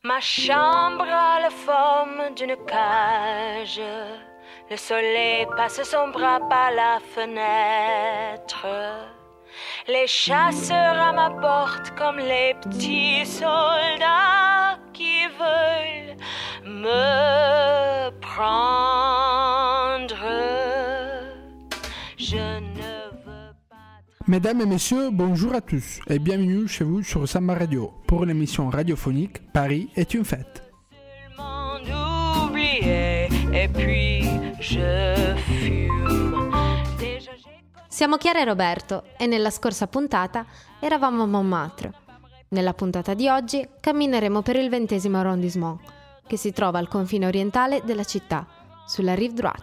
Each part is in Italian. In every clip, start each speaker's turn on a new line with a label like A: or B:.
A: Ma chambre a la forme d'une cage. Le soleil passe son bras par la fenêtre. Les chasseurs à ma porte comme les petits soldats qui veulent me prendre. Je ne veux pas...
B: Mesdames et messieurs, bonjour à tous et bienvenue chez vous sur Samba Radio pour l'émission radiophonique Paris est une fête.
A: Seulement oublié et puis je fume.
C: Siamo Chiara e Roberto e nella scorsa puntata eravamo a Montmartre. Nella puntata di oggi cammineremo per il 20° arrondissement, che si trova al confine orientale della città, sulla rive droite.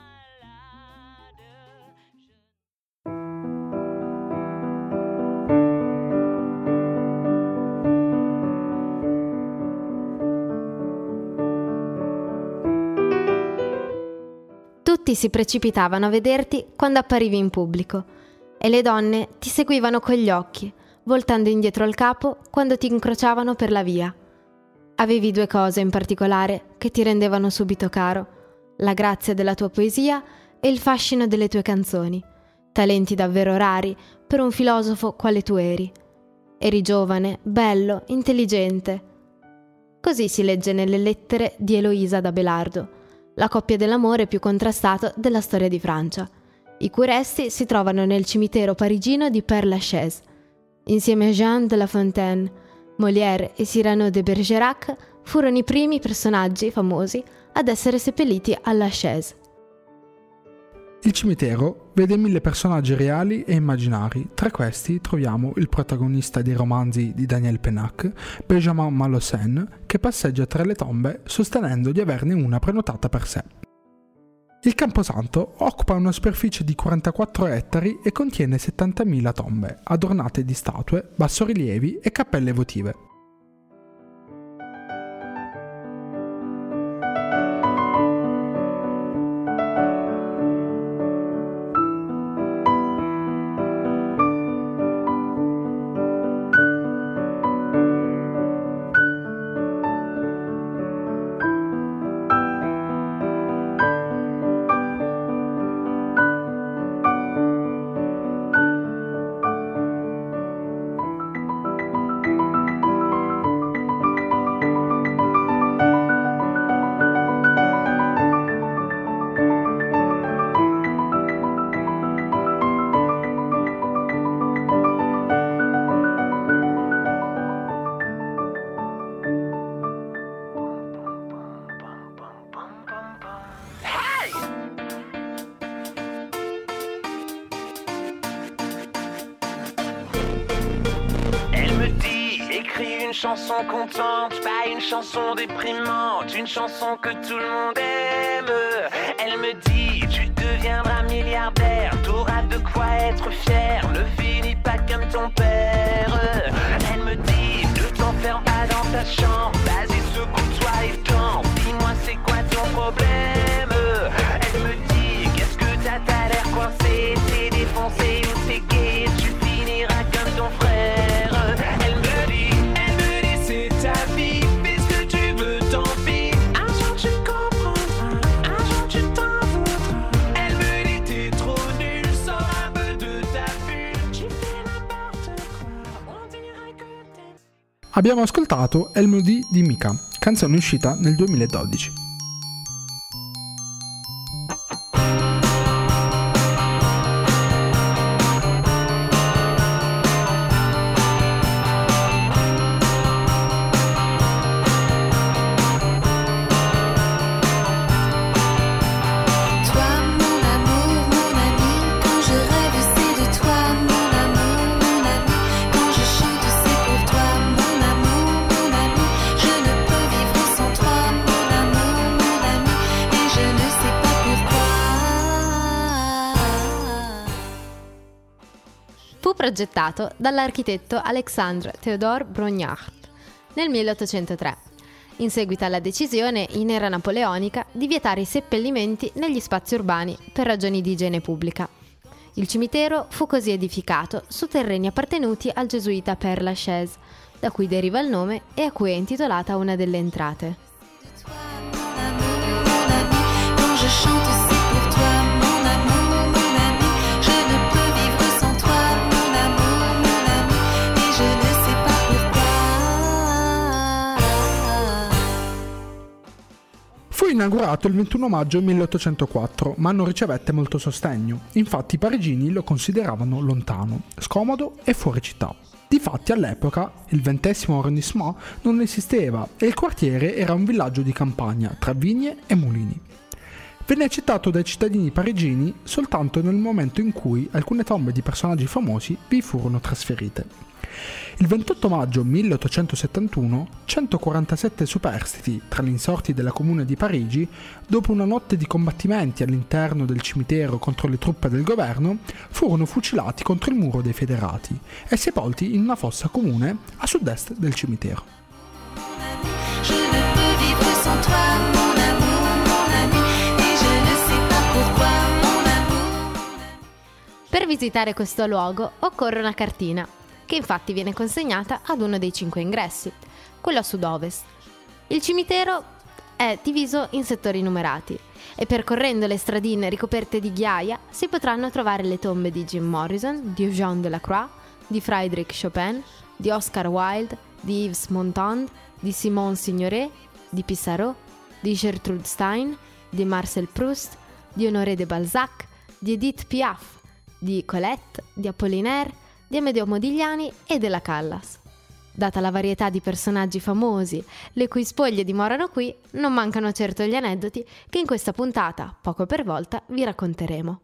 C: Tutti si precipitavano a vederti quando apparivi in pubblico e le donne ti seguivano con gli occhi, voltando indietro il capo quando ti incrociavano per la via. Avevi due cose in particolare che ti rendevano subito caro: la grazia della tua poesia e il fascino delle tue canzoni, talenti davvero rari per un filosofo quale tu eri. Eri giovane, bello, intelligente. Così si legge nelle lettere di Eloisa d'Abelardo, la coppia dell'amore più contrastato della storia di Francia, i cui resti si trovano nel cimitero parigino di Père Lachaise. Insieme a Jean de La Fontaine, Molière e Cyrano de Bergerac furono i primi personaggi famosi ad essere seppelliti a Lachaise.
B: Il cimitero vede 1000 personaggi reali e immaginari. Tra questi troviamo il protagonista dei romanzi di Daniel Pennac, Benjamin Malocène, che passeggia tra le tombe sostenendo di averne una prenotata per sé. Il Camposanto occupa una superficie di 44 ettari e contiene 70.000 tombe, adornate di statue, bassorilievi e cappelle votive.
D: Chanson contente, pas une chanson déprimante, une chanson que tout le monde aime. Elle me dit, tu deviendras milliardaire, t'auras de quoi être fier, ne finis pas comme ton père. Elle me dit, ne t'enferme pas dans ta chambre, vas-y secoue-toi et danse, dis-moi c'est quoi ton problème. Elle me dit, qu'est-ce que t'as l'air coincé, t'es défoncé ou t'es gay, tu finiras comme ton frère. Elle me dit, ta vie, fais ce que tu veux, tant pis. Un jour tu comprendras, un jour tu t'en voudras. Elle me dit t'es trop nul, sors un peu de ta bulle. Tu fais n'importe quoi, on dirait que t'es...
B: Abbiamo ascoltato El Midi di Mika, canzone uscita nel 2012.
C: Fu progettato dall'architetto Alexandre Théodore Brongniart nel 1803, in seguito alla decisione in era napoleonica di vietare i seppellimenti negli spazi urbani per ragioni di igiene pubblica. Il cimitero fu così edificato su terreni appartenuti al gesuita Père Lachaise, da cui deriva il nome e a cui è intitolata una delle entrate.
B: Fu inaugurato il 21 maggio 1804, ma non ricevette molto sostegno. Infatti i parigini lo consideravano lontano, scomodo e fuori città. Difatti all'epoca il 20° arrondissement non esisteva e il quartiere era un villaggio di campagna tra vigne e mulini. Venne accettato dai cittadini parigini soltanto nel momento in cui alcune tombe di personaggi famosi vi furono trasferite. Il 28 maggio 1871, 147 superstiti tra gli insorti della Comune di Parigi, dopo una notte di combattimenti all'interno del cimitero contro le truppe del governo, furono fucilati contro il muro dei federati e sepolti in una fossa comune a sud-est del cimitero.
C: Per visitare questo luogo occorre una cartina, che infatti viene consegnata ad uno dei 5 ingressi, quello a sud-ovest. Il cimitero è diviso in settori numerati e percorrendo le stradine ricoperte di ghiaia si potranno trovare le tombe di Jim Morrison, di Eugène Delacroix, di Frédéric Chopin, di Oscar Wilde, di Yves Montand, di Simone Signoret, di Pissarro, di Gertrude Stein, di Marcel Proust, di Honoré de Balzac, di Edith Piaf, di Colette, di Apollinaire, di Amedeo Modigliani e della Callas. Data la varietà di personaggi famosi, le cui spoglie dimorano qui, non mancano certo gli aneddoti che in questa puntata, poco per volta, vi racconteremo.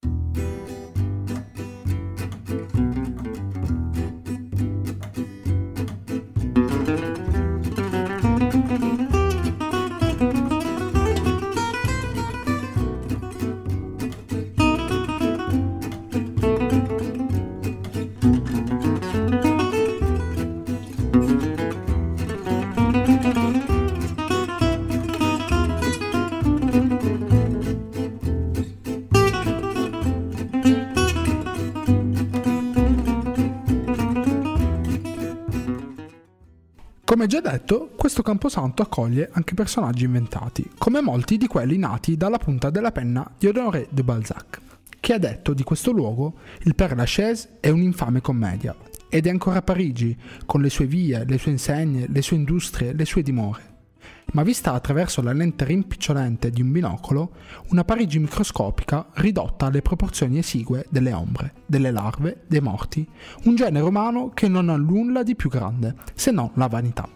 B: Come già detto, questo camposanto accoglie anche personaggi inventati, come molti di quelli nati dalla punta della penna di Honoré de Balzac, che ha detto di questo luogo: il Père Lachaise è un'infame commedia, ed è ancora Parigi, con le sue vie, le sue insegne, le sue industrie, le sue dimore. Ma vista attraverso la lente rimpicciolente di un binocolo, una Parigi microscopica ridotta alle proporzioni esigue delle ombre, delle larve, dei morti, un genere umano che non ha nulla di più grande, se non la vanità.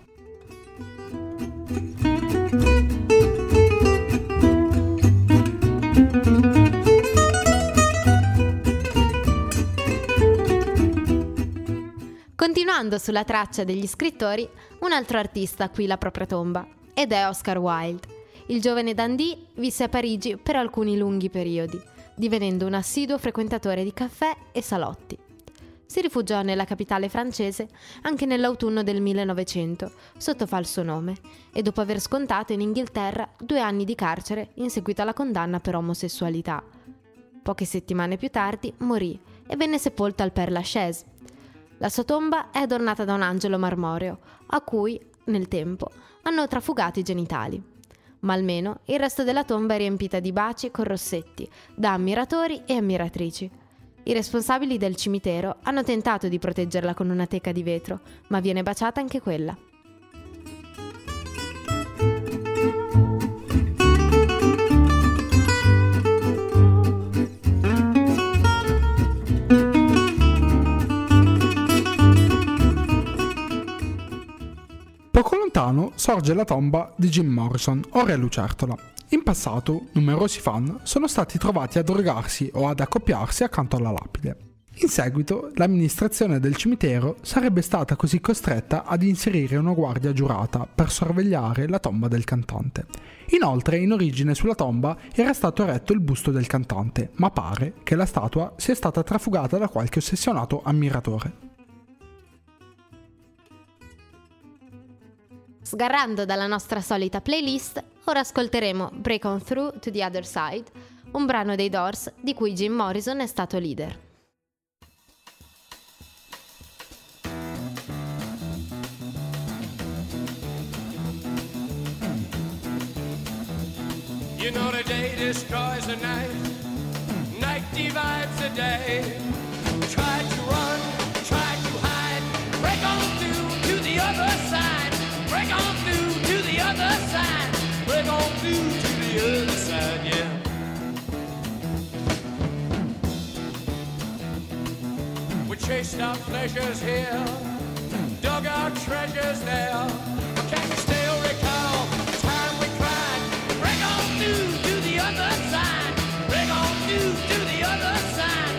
C: Continuando sulla traccia degli scrittori, un altro artista ha qui la propria tomba, ed è Oscar Wilde. Il giovane Dandy visse a Parigi per alcuni lunghi periodi, divenendo un assiduo frequentatore di caffè e salotti. Si rifugiò nella capitale francese anche nell'autunno del 1900, sotto falso nome, e dopo aver scontato in Inghilterra 2 anni di carcere in seguito alla condanna per omosessualità. Poche settimane più tardi morì e venne sepolto al Père Lachaise. La sua tomba è adornata da un angelo marmoreo, a cui, nel tempo, hanno trafugato i genitali. Ma almeno il resto della tomba è riempita di baci con rossetti, da ammiratori e ammiratrici. I responsabili del cimitero hanno tentato di proteggerla con una teca di vetro, ma viene baciata anche quella.
B: Poco lontano sorge la tomba di Jim Morrison o Re Lucertola. In passato numerosi fan sono stati trovati a drogarsi o ad accoppiarsi accanto alla lapide. In seguito l'amministrazione del cimitero sarebbe stata così costretta ad inserire una guardia giurata per sorvegliare la tomba del cantante. Inoltre in origine sulla tomba era stato eretto il busto del cantante, ma pare che la statua sia stata trafugata da qualche ossessionato ammiratore.
C: Sgarrando dalla nostra solita playlist, ora ascolteremo Break On Through to the Other Side, un brano dei Doors di cui Jim Morrison è stato leader.
E: You know the day destroys the night, night divides the day. Try to run, try to hide, break on through to the other side, break on through to the other side, break on through to the other side, yeah. We chased our pleasures here, dug our treasures there, but can you still recall the time we cried? Break on through to the other side, break on through to the other side.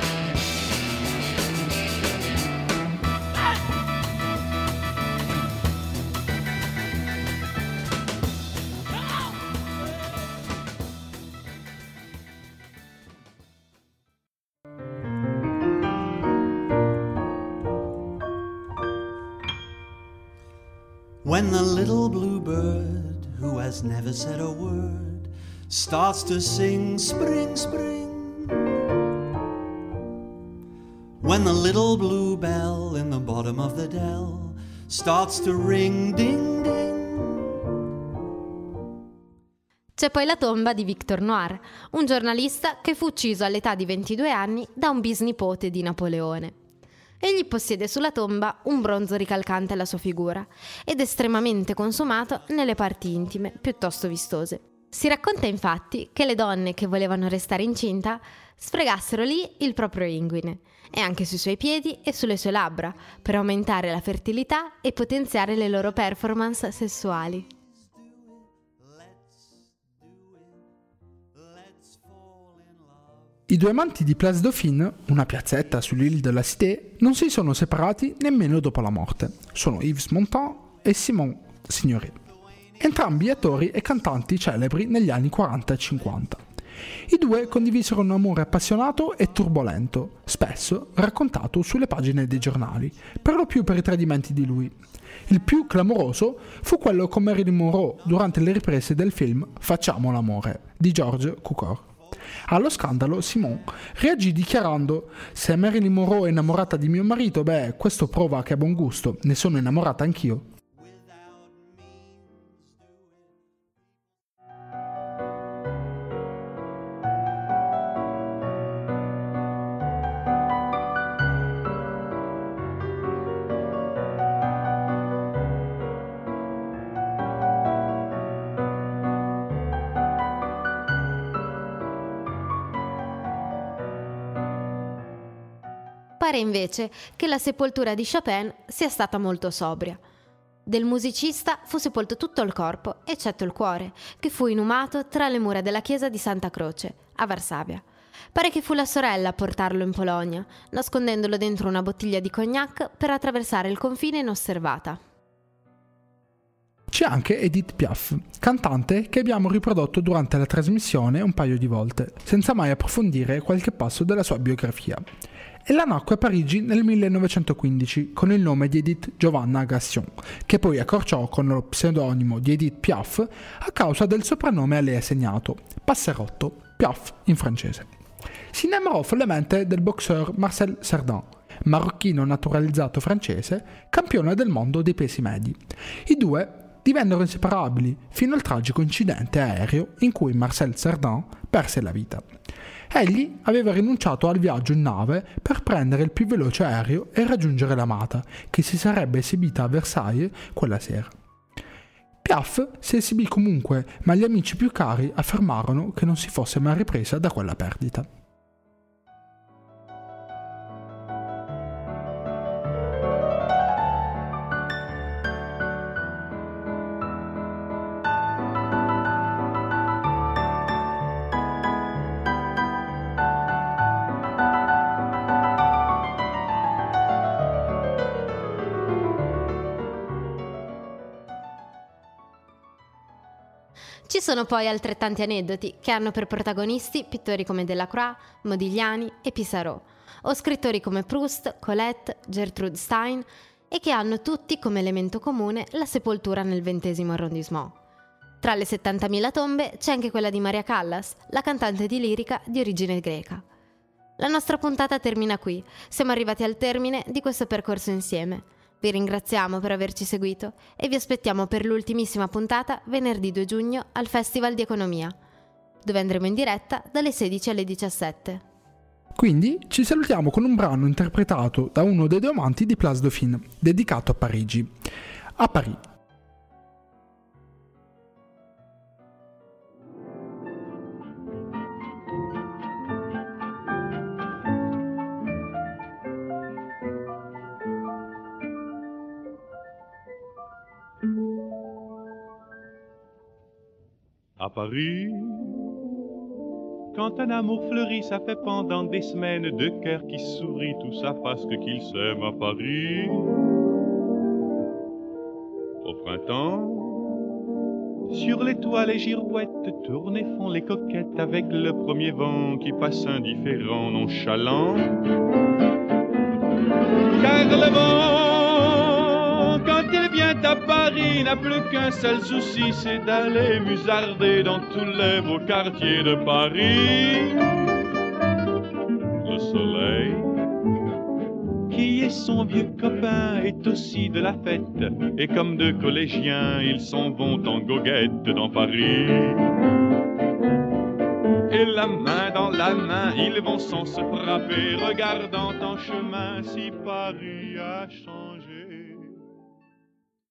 F: When the little bluebird, who has never said a word, starts to sing spring, spring. When the little bluebell in the bottom of the dell starts to ring, ding, ding.
C: C'è poi la tomba di Victor Noir, un giornalista che fu ucciso all'età di 22 anni da un bisnipote di Napoleone. Egli possiede sulla tomba un bronzo ricalcante alla sua figura ed estremamente consumato nelle parti intime, piuttosto vistose. Si racconta infatti che le donne che volevano restare incinta sfregassero lì il proprio inguine e anche sui suoi piedi e sulle sue labbra per aumentare la fertilità e potenziare le loro performance sessuali.
B: I due amanti di Place Dauphine, una piazzetta sull'Île de la Cité, non si sono separati nemmeno dopo la morte. Sono Yves Montand e Simon Signoret, entrambi attori e cantanti celebri negli anni 40 e 50. I due condivisero un amore appassionato e turbolento, spesso raccontato sulle pagine dei giornali, per lo più per i tradimenti di lui. Il più clamoroso fu quello con Marilyn Monroe durante le riprese del film Facciamo l'amore di George Cukor. Allo scandalo Simon reagì dichiarando: se Marilyn Monroe è innamorata di mio marito, questo prova che ha buon gusto, ne sono innamorata anch'io.
C: Pare invece che la sepoltura di Chopin sia stata molto sobria. Del musicista fu sepolto tutto il corpo, eccetto il cuore, che fu inumato tra le mura della chiesa di Santa Croce, a Varsavia. Pare che fu la sorella a portarlo in Polonia, nascondendolo dentro una bottiglia di cognac per attraversare il confine inosservata.
B: C'è anche Edith Piaf, cantante che abbiamo riprodotto durante la trasmissione un paio di volte, senza mai approfondire qualche passo della sua biografia. Ella nacque a Parigi nel 1915 con il nome di Edith Giovanna Gassion, che poi accorciò con lo pseudonimo di Edith Piaf a causa del soprannome a lei assegnato, Passerotto, Piaf in francese. Si innamorò follemente del boxeur Marcel Cerdan, marocchino naturalizzato francese, campione del mondo dei pesi medi. I due divennero inseparabili fino al tragico incidente aereo in cui Marcel Cerdan perse la vita. Egli aveva rinunciato al viaggio in nave per prendere il più veloce aereo e raggiungere l'amata, che si sarebbe esibita a Versailles quella sera. Piaf si esibì comunque, ma gli amici più cari affermarono che non si fosse mai ripresa da quella perdita.
C: Ci sono poi altrettanti aneddoti che hanno per protagonisti pittori come Delacroix, Modigliani e Pissarro, o scrittori come Proust, Colette, Gertrude Stein, e che hanno tutti come elemento comune la sepoltura nel XX arrondissement. Tra le 70.000 tombe c'è anche quella di Maria Callas, la cantante di lirica di origine greca. La nostra puntata termina qui, siamo arrivati al termine di questo percorso insieme. Vi ringraziamo per averci seguito e vi aspettiamo per l'ultimissima puntata venerdì 2 giugno al Festival di Economia. dove andremo in diretta dalle 16 alle 17.
B: Quindi ci salutiamo con un brano interpretato da uno dei due amanti di Place Dauphine, dedicato a Parigi. A Paris.
G: À Paris, quand un amour fleurit, ça fait pendant des semaines deux cœurs qui sourient, tout ça parce qu'ils s'aiment à Paris. Au printemps, sur les toits les girouettes tournent et font les coquettes avec le premier vent qui passe indifférent, nonchalant. Car le vent, quand il vient à Paris, n'a plus qu'un seul souci, c'est d'aller musarder dans tous les beaux quartiers de Paris. Le soleil, qui est son vieux copain, est aussi de la fête, et comme deux collégiens, ils s'en vont en goguette dans Paris. Et la main dans la main, ils vont sans se frapper, regardant en chemin si Paris a changé.